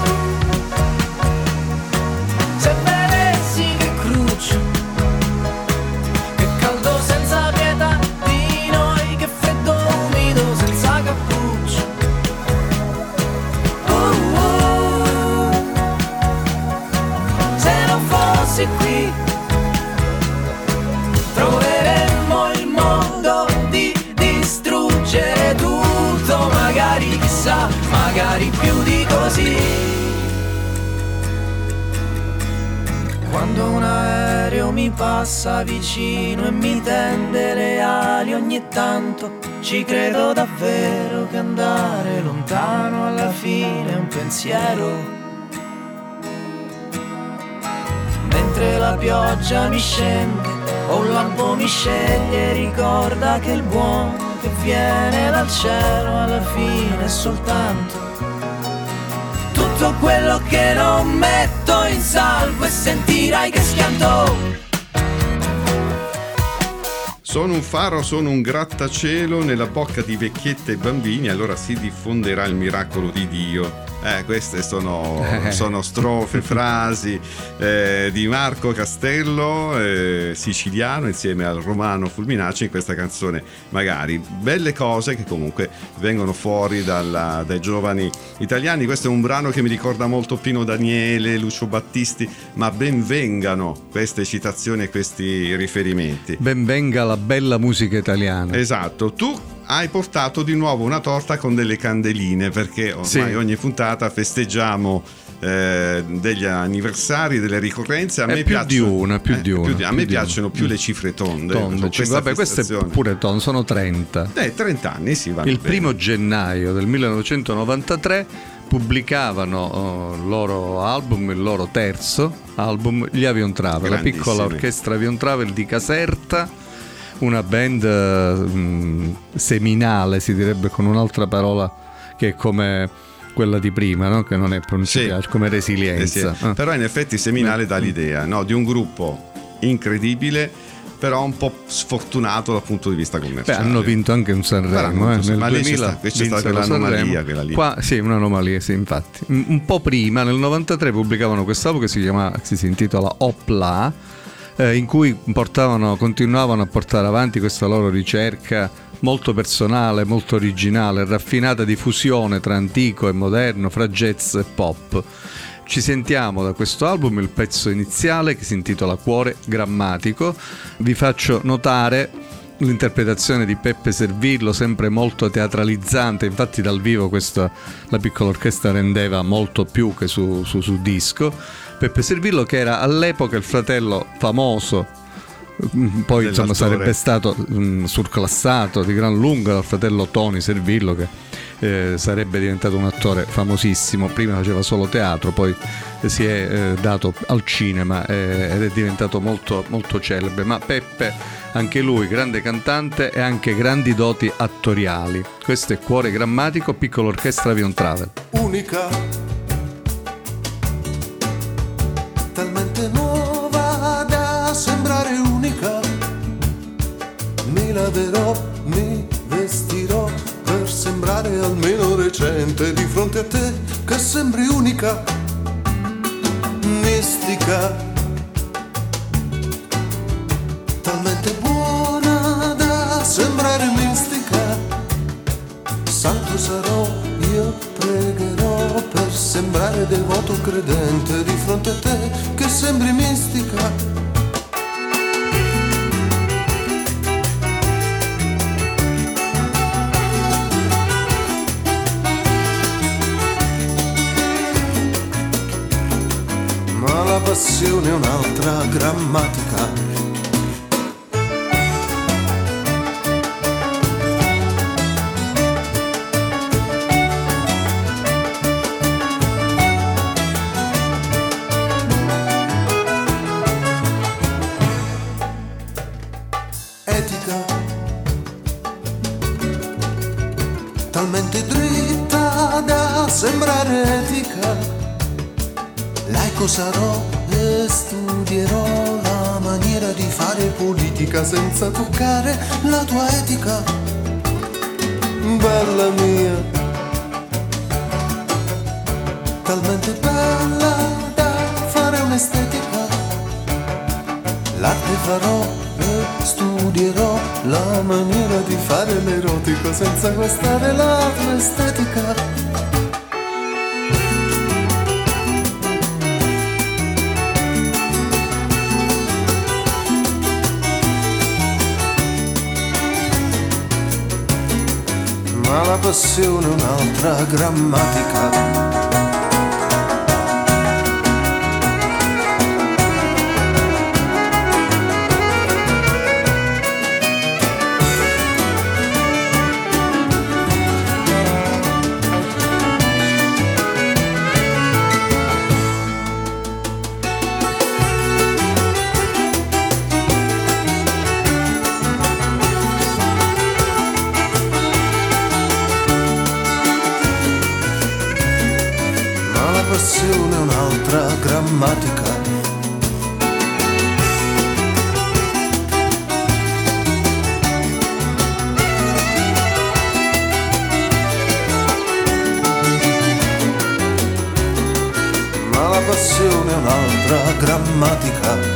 [SPEAKER 9] Se vedessi che cruccio, che caldo senza pietà di noi, che freddo umido senza cappuccio. Uh, uh, se non fossi qui, troveremmo il modo di distruggere tutto, magari chissà, magari più di così. Quando un aereo mi passa vicino e mi tende le ali ogni tanto, ci credo davvero che andare lontano alla fine è un pensiero. Mentre la pioggia mi scende o un lampo mi sceglie, ricorda che il buono che viene dal cielo alla fine è soltanto tutto quello che non metto in salvo, e sentirai che schianto.
[SPEAKER 4] Sono un faro, sono un grattacielo nella bocca di vecchiette e bambini, allora si diffonderà il miracolo di Dio. Eh, queste sono, sono strofe, frasi eh, di Marco Castello, eh, siciliano, insieme al romano Fulminacci in questa canzone. Magari belle cose che comunque vengono fuori dalla, dai giovani italiani. Questo è un brano che mi ricorda molto Pino Daniele, Lucio Battisti, ma ben vengano queste citazioni e questi riferimenti.
[SPEAKER 5] Ben venga la bella musica italiana.
[SPEAKER 4] Esatto. Tu hai portato di nuovo una torta con delle candeline, perché ormai sì, ogni puntata festeggiamo eh, degli anniversari, delle ricorrenze. A
[SPEAKER 5] è
[SPEAKER 4] me
[SPEAKER 5] più
[SPEAKER 4] piacciono,
[SPEAKER 5] di una, più
[SPEAKER 4] eh,
[SPEAKER 5] di una.
[SPEAKER 4] Più di, a
[SPEAKER 5] più
[SPEAKER 4] me
[SPEAKER 5] di
[SPEAKER 4] piacciono
[SPEAKER 5] una.
[SPEAKER 4] più le cifre tonde.
[SPEAKER 5] tonde
[SPEAKER 4] questa
[SPEAKER 5] vabbè, queste pure tonde, sono trenta.
[SPEAKER 4] Eh, trenta anni, sì, va
[SPEAKER 5] Il
[SPEAKER 4] bene.
[SPEAKER 5] primo gennaio del millenovecentonovantatré pubblicavano oh, il loro album, il loro terzo album, gli Avion Travel, la piccola orchestra Avion Travel di Caserta. Una band uh, seminale, si direbbe con un'altra parola che è come quella di prima, no? Che non è pronunciata, sì, come resilienza.
[SPEAKER 4] Eh sì.
[SPEAKER 5] ah.
[SPEAKER 4] Però in effetti seminale dà l'idea, no? Di un gruppo incredibile, però un po' sfortunato dal punto di vista commerciale.
[SPEAKER 5] Beh, hanno vinto anche un Sanremo, eh, nel
[SPEAKER 4] ma lì
[SPEAKER 5] duemila
[SPEAKER 4] c'è, sta, c'è stata quell'anomalia quella lì.
[SPEAKER 5] Qua, sì, un'anomalia, sì, infatti. Un po' prima, nel novantatré, pubblicavano quest'album che si chiama, si, si intitola Opla, eh, in cui portavano, continuavano a portare avanti questa loro ricerca molto personale, molto originale, raffinata di fusione tra antico e moderno, fra jazz e pop. Ci sentiamo da questo album il pezzo iniziale che si intitola Cuore Grammatico. Vi faccio notare l'interpretazione di Peppe Servillo, sempre molto teatralizzante, infatti dal vivo questa, la piccola orchestra rendeva molto più che su, su, su disco. Peppe Servillo, che era all'epoca il fratello famoso, poi insomma sarebbe stato mh, surclassato di gran lunga dal fratello Tony Servillo, che eh, sarebbe diventato un attore famosissimo. Prima faceva solo teatro, poi eh, si è eh, dato al cinema eh, ed è diventato molto, molto celebre. Ma Peppe, anche lui grande cantante e anche grandi doti attoriali. Questo è Cuore Grammatico, piccola orchestra Avion Travel.
[SPEAKER 10] Unica, talmente nuova da laverò, mi vestirò per sembrare almeno recente di fronte a te, che sembri unica, mistica, talmente buona da sembrare mistica. Santo sarò, io pregherò per sembrare devoto credente di fronte a te, che sembri mistica. La passione è un'altra grammatica. Etica, talmente dritta da sembrare etica. Laico sarò e studierò la maniera di fare politica senza toccare la tua etica, bella mia, talmente bella da fare un'estetica. L'arte farò e studierò la maniera di fare l'erotico senza guastare la tua estetica. Ma la passione è un'altra grammatica. Passione è un'altra grammatica. Ma la passione è un'altra grammatica.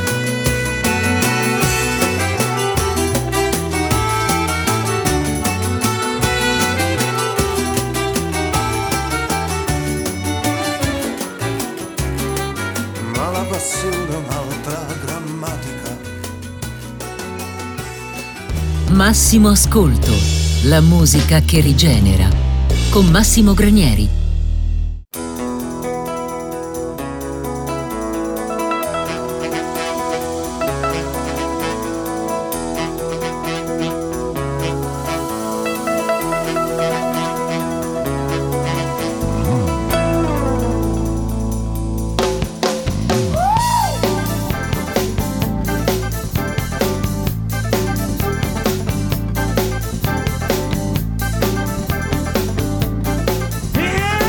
[SPEAKER 1] Massimo Ascolto, la musica che rigenera, con Massimo Granieri.
[SPEAKER 2] Yeah.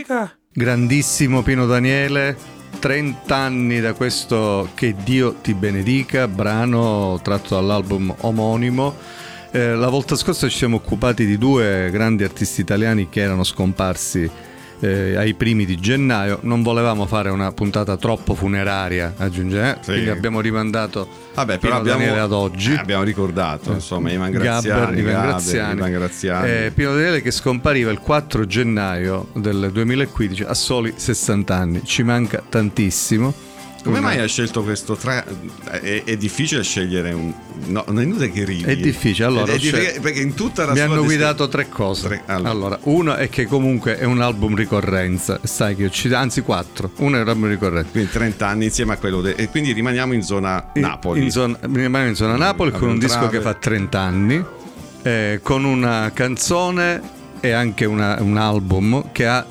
[SPEAKER 5] benedica. Grandissimo Pino Daniele, trenta anni da questo Che Dio ti benedica, brano tratto dall'album omonimo. Eh, la volta scorsa ci siamo occupati di due grandi artisti italiani che erano scomparsi eh, ai primi di gennaio. Non volevamo fare una puntata troppo funeraria, aggiungere, eh? Sì. Quindi abbiamo rimandato
[SPEAKER 4] Vabbè,
[SPEAKER 5] Pino
[SPEAKER 4] però abbiamo,
[SPEAKER 5] Daniele ad oggi.
[SPEAKER 4] Eh, abbiamo ricordato, insomma, Ivan Graziani,
[SPEAKER 5] Gabber, Ivan
[SPEAKER 4] Gaber,
[SPEAKER 5] Graziani.
[SPEAKER 4] Ivan Graziani.
[SPEAKER 5] Eh, Pino Daniele che scompariva il quattro gennaio del duemilaquindici a soli sessanta anni. Ci manca tantissimo.
[SPEAKER 4] Come mai hai scelto questo? Tre... È, è difficile scegliere un... No, non è inutile che ridi.
[SPEAKER 5] È difficile, allora.
[SPEAKER 4] È difficile perché in tutta la
[SPEAKER 5] mi
[SPEAKER 4] sua
[SPEAKER 5] hanno
[SPEAKER 4] descri-
[SPEAKER 5] guidato tre cose.
[SPEAKER 4] Tre... Allora.
[SPEAKER 5] allora, uno è che comunque è un album ricorrenza. Sai che io ci... Anzi, quattro. Uno è un album ricorrenza.
[SPEAKER 4] Quindi trenta anni insieme a quello. De... E quindi rimaniamo in zona
[SPEAKER 5] in,
[SPEAKER 4] Napoli.
[SPEAKER 5] In zona... Rimaniamo in zona Napoli
[SPEAKER 4] mm,
[SPEAKER 5] con un disco
[SPEAKER 4] trave.
[SPEAKER 5] che fa trenta anni, eh, con una canzone e anche una, un album che ha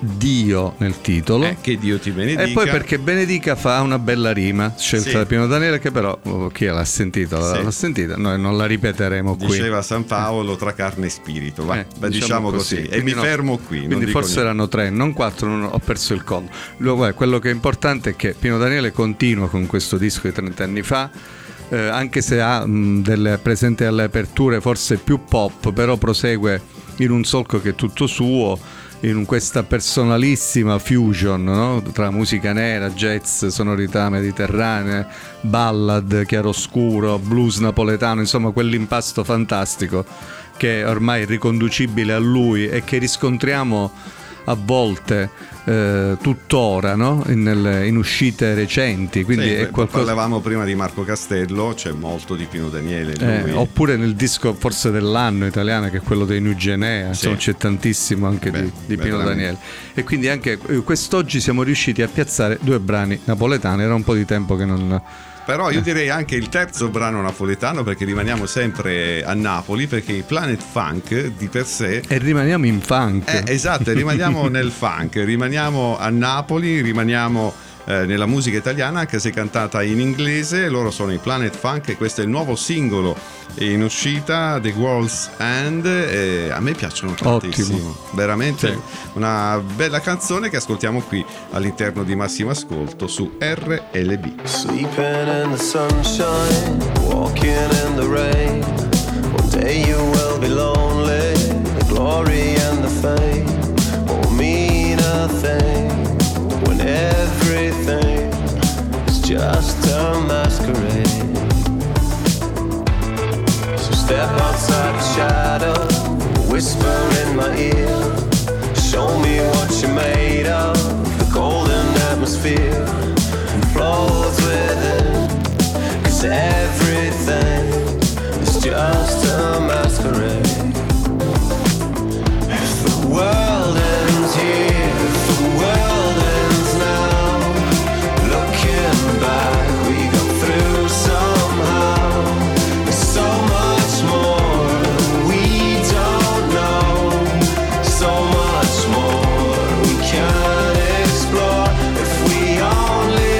[SPEAKER 5] Dio nel titolo,
[SPEAKER 4] eh, che Dio ti benedica.
[SPEAKER 5] E poi perché benedica fa una bella rima scelta
[SPEAKER 4] sì.
[SPEAKER 5] da Pino Daniele, che però oh, chi l'ha sentita l'ha,
[SPEAKER 4] sì.
[SPEAKER 5] l'ha sentita, noi non la ripeteremo qui.
[SPEAKER 4] Diceva San Paolo tra carne e spirito, va,
[SPEAKER 5] eh,
[SPEAKER 4] Beh, diciamo, diciamo così, così. E mi
[SPEAKER 5] no,
[SPEAKER 4] fermo qui,
[SPEAKER 5] quindi forse erano tre, non quattro, non ho perso il conto. Quello che è importante è che Pino Daniele continua con questo disco di trenta anni fa, eh, anche se ha mh, delle presente alle aperture forse più pop, però prosegue in un solco che è tutto suo, in questa personalissima fusion, no? Tra musica nera, jazz, sonorità mediterranee, ballad, chiaroscuro, blues napoletano, insomma quell'impasto fantastico che è ormai riconducibile a lui e che riscontriamo a volte eh, tuttora, no? in, nelle, in uscite recenti, quindi
[SPEAKER 4] sì,
[SPEAKER 5] è qualcosa...
[SPEAKER 4] Parlavamo prima di Marco Castello, c'è molto di Pino Daniele
[SPEAKER 5] eh, oppure nel disco forse dell'anno italiano, che è quello dei Nugenea, insomma sì. C'è tantissimo anche Beh, di, di Pino Daniele, e quindi anche quest'oggi siamo riusciti a piazzare due brani napoletani. Era un po' di tempo che non...
[SPEAKER 4] Però io direi anche il terzo brano napoletano, perché rimaniamo sempre a Napoli, perché i Planet Funk di per sé...
[SPEAKER 5] E rimaniamo in funk.
[SPEAKER 4] Eh, esatto, rimaniamo nel funk, rimaniamo a Napoli, rimaniamo eh, nella musica italiana, anche se cantata in inglese. Loro sono i Planet Funk e questo è il nuovo singolo in uscita, The World's End, e a me piacciono tantissimo.
[SPEAKER 5] Ottimo.
[SPEAKER 4] Veramente
[SPEAKER 5] sì.
[SPEAKER 4] Una bella canzone che ascoltiamo qui all'interno di Massimo Ascolto su R L B.
[SPEAKER 11] Sleeping in the sunshine, walking in the rain. One day you will be lonely. The glory and the fame won't mean a thing when everything is just a masquerade. So step outside the shadow, whisper in my ear. Show me what you're made of, the golden atmosphere flows within, 'cause everything is just a masquerade. If the world ends here, if the world ends now, looking back we got through somehow. There's so much more we don't know, so much more we can explore if we only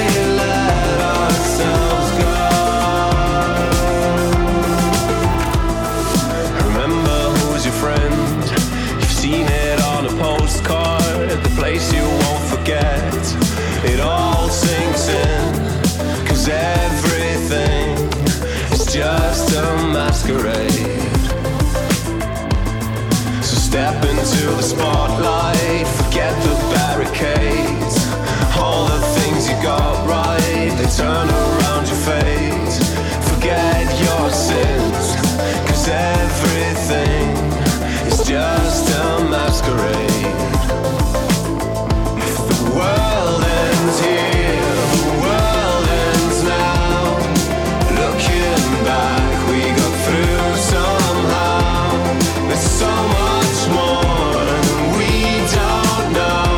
[SPEAKER 11] place you won't forget. It all sinks in, 'cause everything is just a masquerade. So step into the spotlight, forget the barricades. All the things you got right, they turn around your face. Forget your sins, 'cause everything is just a masquerade. The world ends here, the world ends now. Looking back, we got through somehow. There's so much more we don't know.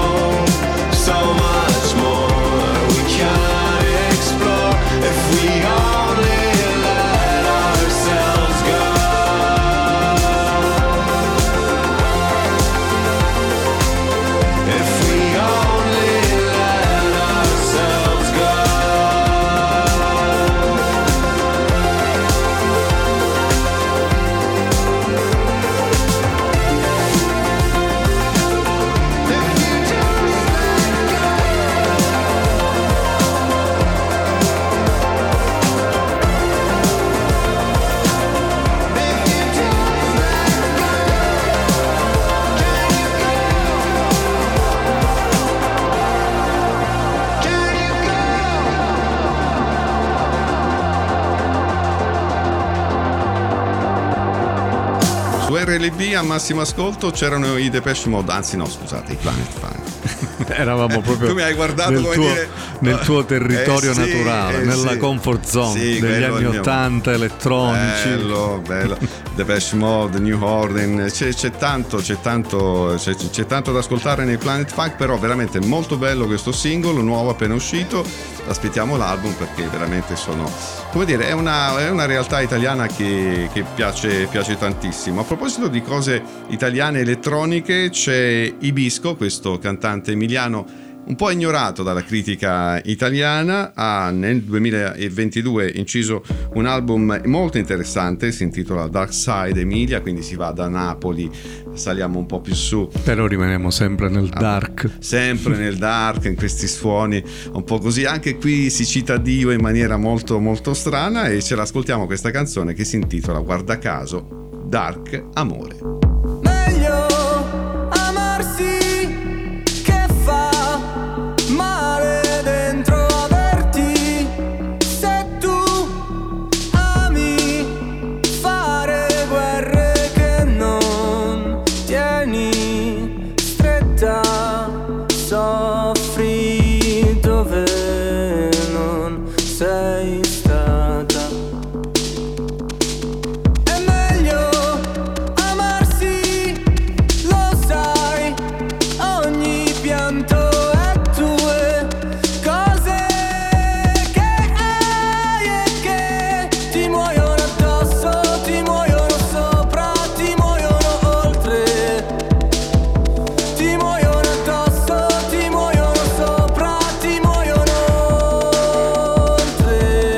[SPEAKER 4] R L B a massimo ascolto c'erano i Depeche Mode, anzi no scusate, i Planet Funk.
[SPEAKER 5] Eravamo proprio
[SPEAKER 4] tu mi hai guardato
[SPEAKER 5] nel,
[SPEAKER 4] come
[SPEAKER 5] tuo,
[SPEAKER 4] dire...
[SPEAKER 5] nel tuo territorio
[SPEAKER 4] eh sì,
[SPEAKER 5] naturale,
[SPEAKER 4] eh
[SPEAKER 5] nella
[SPEAKER 4] sì.
[SPEAKER 5] comfort zone
[SPEAKER 4] sì,
[SPEAKER 5] degli anni
[SPEAKER 4] mio...
[SPEAKER 5] ottanta, elettronici.
[SPEAKER 4] Bello, bello. Depeche Mode, New Order, c'è, c'è tanto, c'è tanto, c'è, c'è tanto da ascoltare nei Planet Funk, però veramente molto bello questo singolo nuovo appena uscito. Aspettiamo l'album perché veramente sono, come dire, è una, è una realtà italiana che, che piace, piace tantissimo. A proposito di cose italiane elettroniche, c'è Ibisco, questo cantante emiliano un po' ignorato dalla critica italiana, ha nel duemilaventidue inciso un album molto interessante, si intitola Dark Side Emilia, quindi si va da Napoli, saliamo un po' più su.
[SPEAKER 5] Però rimaniamo sempre nel
[SPEAKER 4] ah,
[SPEAKER 5] dark.
[SPEAKER 4] Sempre nel dark, in questi suoni un po' così. Anche qui si cita Dio in maniera molto molto strana e ce l'ascoltiamo questa canzone che si intitola, guarda caso, Dark Amore.
[SPEAKER 9] Meglio amarsi che fa male dentro averti, se tu ami fare guerre che non tieni stretta, soffri dove non sei stata. È meglio amarsi, lo sai, ogni pianto è due cose che hai e che ti muoiono addosso, ti muoiono sopra, ti muoiono oltre, ti muoiono addosso, ti muoiono sopra, ti muoiono oltre.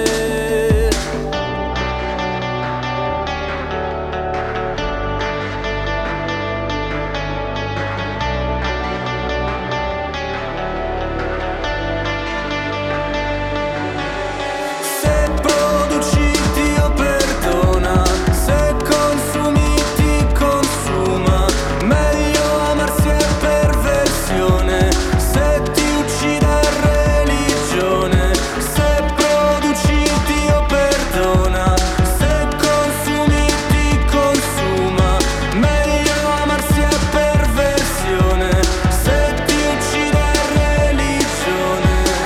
[SPEAKER 9] Se produci Dio perdona, se consumi ti consuma, meglio amarsi è perversione, se ti uccide è religione. Se produci Dio perdona, se consumi ti consuma, meglio amarsi è perversione, se ti uccide è religione.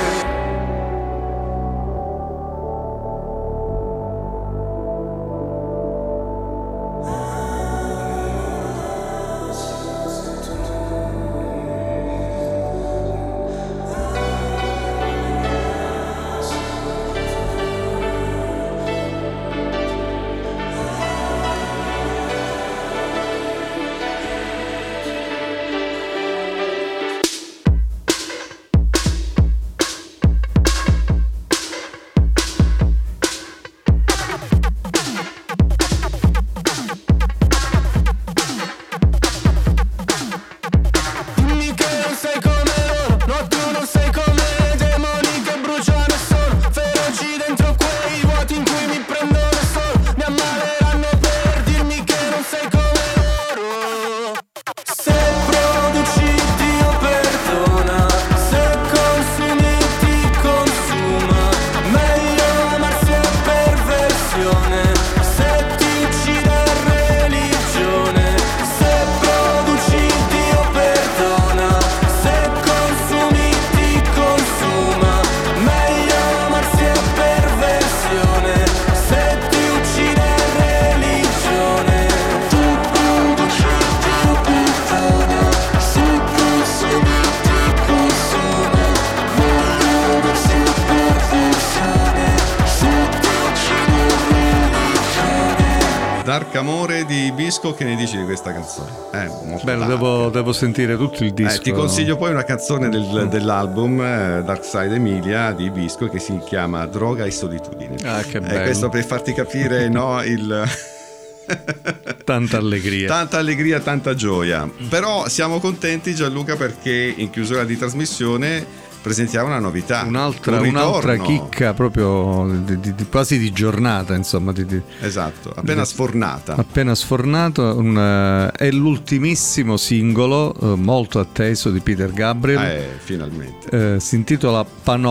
[SPEAKER 9] Dimmi che non sei come loro, no tu non sei come i demoni che bruciano e sono feroci dentro quei vuoti in cui mi prendo da solo. Mi ammaleranno per dirmi che non sei come loro. Se produci Dio perdona, se consumi ti consuma, meglio amarsi è perversione, se ti uccide è religione. Se produci Dio perdona, se consumi ti consuma, meglio amarsi è perversione, se ti uccide è religione. Tu produci Dio perdona, se consumi ti consuma, meglio amarsi è perversione, se ti uccide è religione.
[SPEAKER 4] Dark Amore di Ibisco, che ne dici di questa canzone? Eh, molto
[SPEAKER 5] Bello,
[SPEAKER 4] dark.
[SPEAKER 5] devo, devo sentire tutto il disco.
[SPEAKER 4] Eh, ti consiglio poi una canzone del- dell'album eh, Dark Side Emilia di Ibisco che si chiama Droga e Solitudine.
[SPEAKER 5] Ah, che
[SPEAKER 4] Eh,
[SPEAKER 5] bello.
[SPEAKER 4] questo per farti capire no, il...
[SPEAKER 5] Tanta allegria.
[SPEAKER 4] Tanta allegria, tanta gioia. Però siamo contenti, Gianluca, perché in chiusura di trasmissione presentiamo una novità.
[SPEAKER 5] Un'altra,
[SPEAKER 4] un ritorno.
[SPEAKER 5] un'altra chicca proprio di, di- di- quasi di giornata, insomma. di- di-
[SPEAKER 4] Esatto, appena sfornata.
[SPEAKER 5] Appena sfornato, un, eh, è l'ultimissimo singolo eh, molto atteso di Peter Gabriel.
[SPEAKER 4] Eh, finalmente.
[SPEAKER 5] Eh, si intitola Panopticon.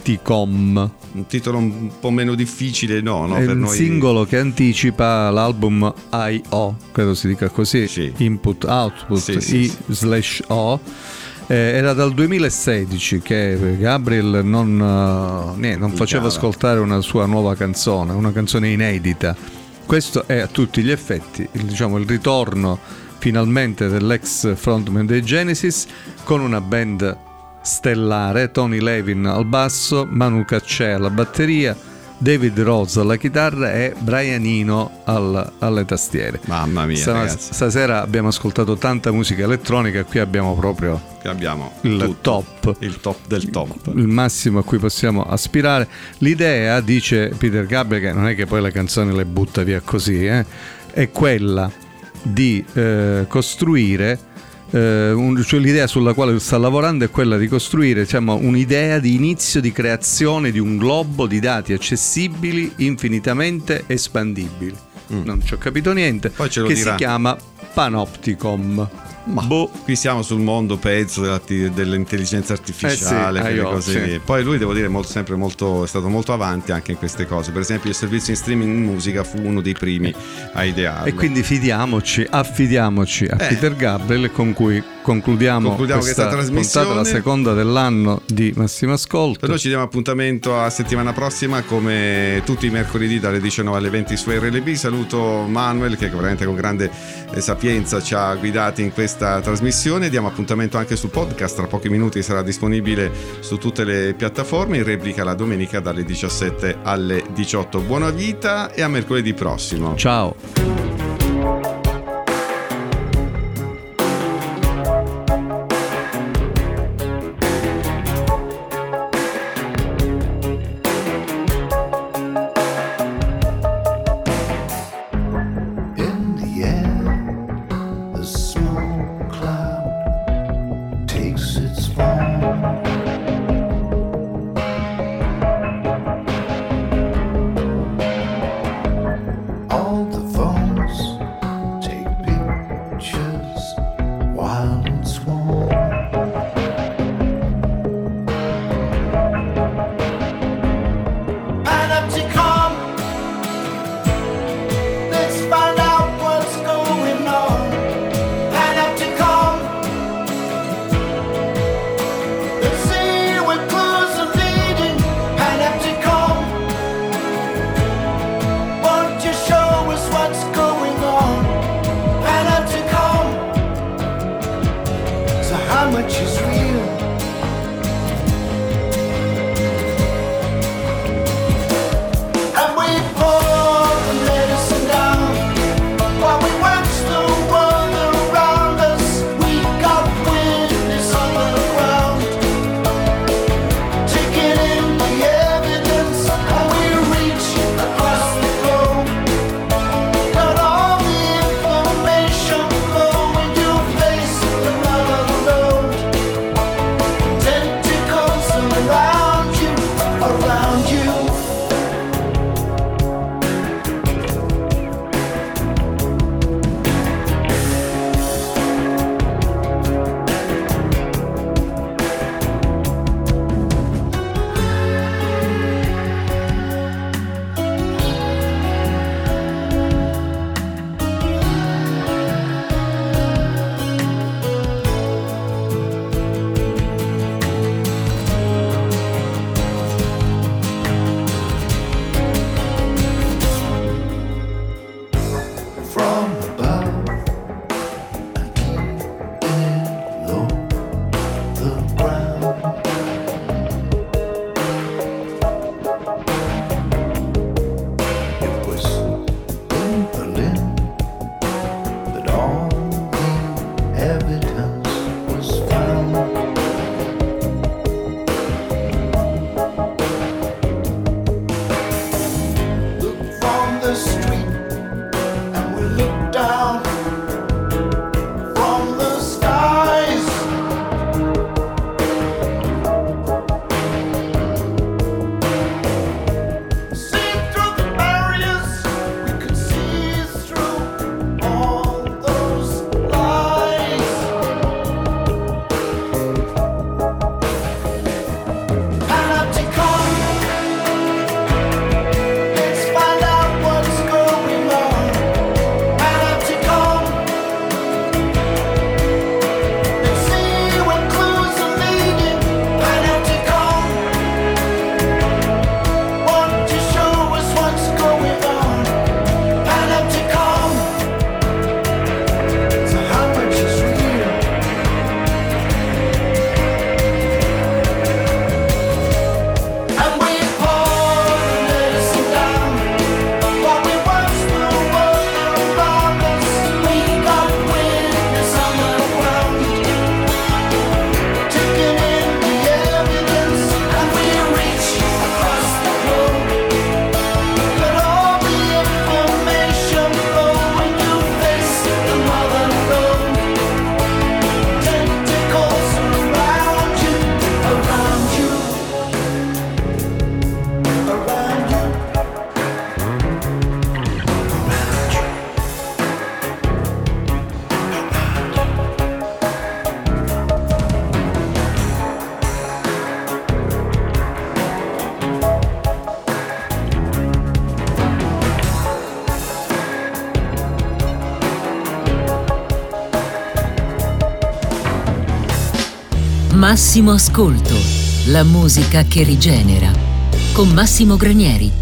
[SPEAKER 5] Panopticon.
[SPEAKER 4] Un titolo un po' meno difficile, no? no
[SPEAKER 5] È
[SPEAKER 4] per
[SPEAKER 5] un
[SPEAKER 4] noi...
[SPEAKER 5] singolo che anticipa l'album I O, credo si dica così,
[SPEAKER 4] sì.
[SPEAKER 5] Input Output
[SPEAKER 4] sì, sì,
[SPEAKER 5] I
[SPEAKER 4] sì.
[SPEAKER 5] slash O. Eh, era dal duemilasedici che Gabriel non, uh, niente, non faceva ascoltare una sua nuova canzone, una canzone inedita. Questo è a tutti gli effetti il, diciamo, il ritorno finalmente dell'ex frontman dei Genesis con una band stellare, Tony Levin al basso, Manu Katché alla batteria, David Rose alla chitarra e Brian Eno al, alle tastiere.
[SPEAKER 4] Mamma mia,
[SPEAKER 5] Stama,
[SPEAKER 4] ragazzi.
[SPEAKER 5] Stasera abbiamo ascoltato tanta musica elettronica, qui abbiamo proprio
[SPEAKER 4] Qui abbiamo
[SPEAKER 5] il
[SPEAKER 4] tutto,
[SPEAKER 5] top,
[SPEAKER 4] il top del top,
[SPEAKER 5] il massimo a cui possiamo aspirare. L'idea, dice Peter Gabriel, che non è che poi le canzoni le butta via così, eh, è quella di eh, costruire Uh, un, cioè l'idea sulla quale sta lavorando è quella di costruire, diciamo, un'idea di inizio di creazione di un globo di dati accessibili infinitamente espandibili. Mm. Non ci ho capito niente.
[SPEAKER 4] Poi ce lo
[SPEAKER 5] che
[SPEAKER 4] dirà.
[SPEAKER 5] Si chiama Panopticon.
[SPEAKER 4] Ma boh. Qui siamo sul mondo pezzo dell'intelligenza artificiale,
[SPEAKER 5] eh sì,
[SPEAKER 4] quelle
[SPEAKER 5] io,
[SPEAKER 4] cose
[SPEAKER 5] sì.
[SPEAKER 4] lì. Poi lui, devo dire, molto, sempre molto, è stato molto avanti anche in queste cose. Per esempio il servizio in streaming in musica fu uno dei primi a idearlo.
[SPEAKER 5] E quindi fidiamoci, affidiamoci a
[SPEAKER 4] Eh.
[SPEAKER 5] Peter Gabriel, con cui concludiamo,
[SPEAKER 4] Concludiamo
[SPEAKER 5] questa,
[SPEAKER 4] questa trasmissione.
[SPEAKER 5] puntata, la seconda dell'anno di Massimo Ascolto.
[SPEAKER 4] Noi ci diamo appuntamento a settimana prossima, come tutti i mercoledì dalle diciannove alle venti su R L B. Saluto Manuel, che veramente con grande eh, sapienza ci ha guidati in questa trasmissione. Diamo appuntamento anche sul podcast, tra pochi minuti sarà disponibile su tutte le piattaforme, in replica la domenica dalle diciassette alle diciotto. Buona vita e a mercoledì prossimo.
[SPEAKER 5] Ciao.
[SPEAKER 11] In the air, a small cloud takes its form. All the phone
[SPEAKER 1] Massimo Ascolto, la musica che rigenera. Con Massimo Granieri.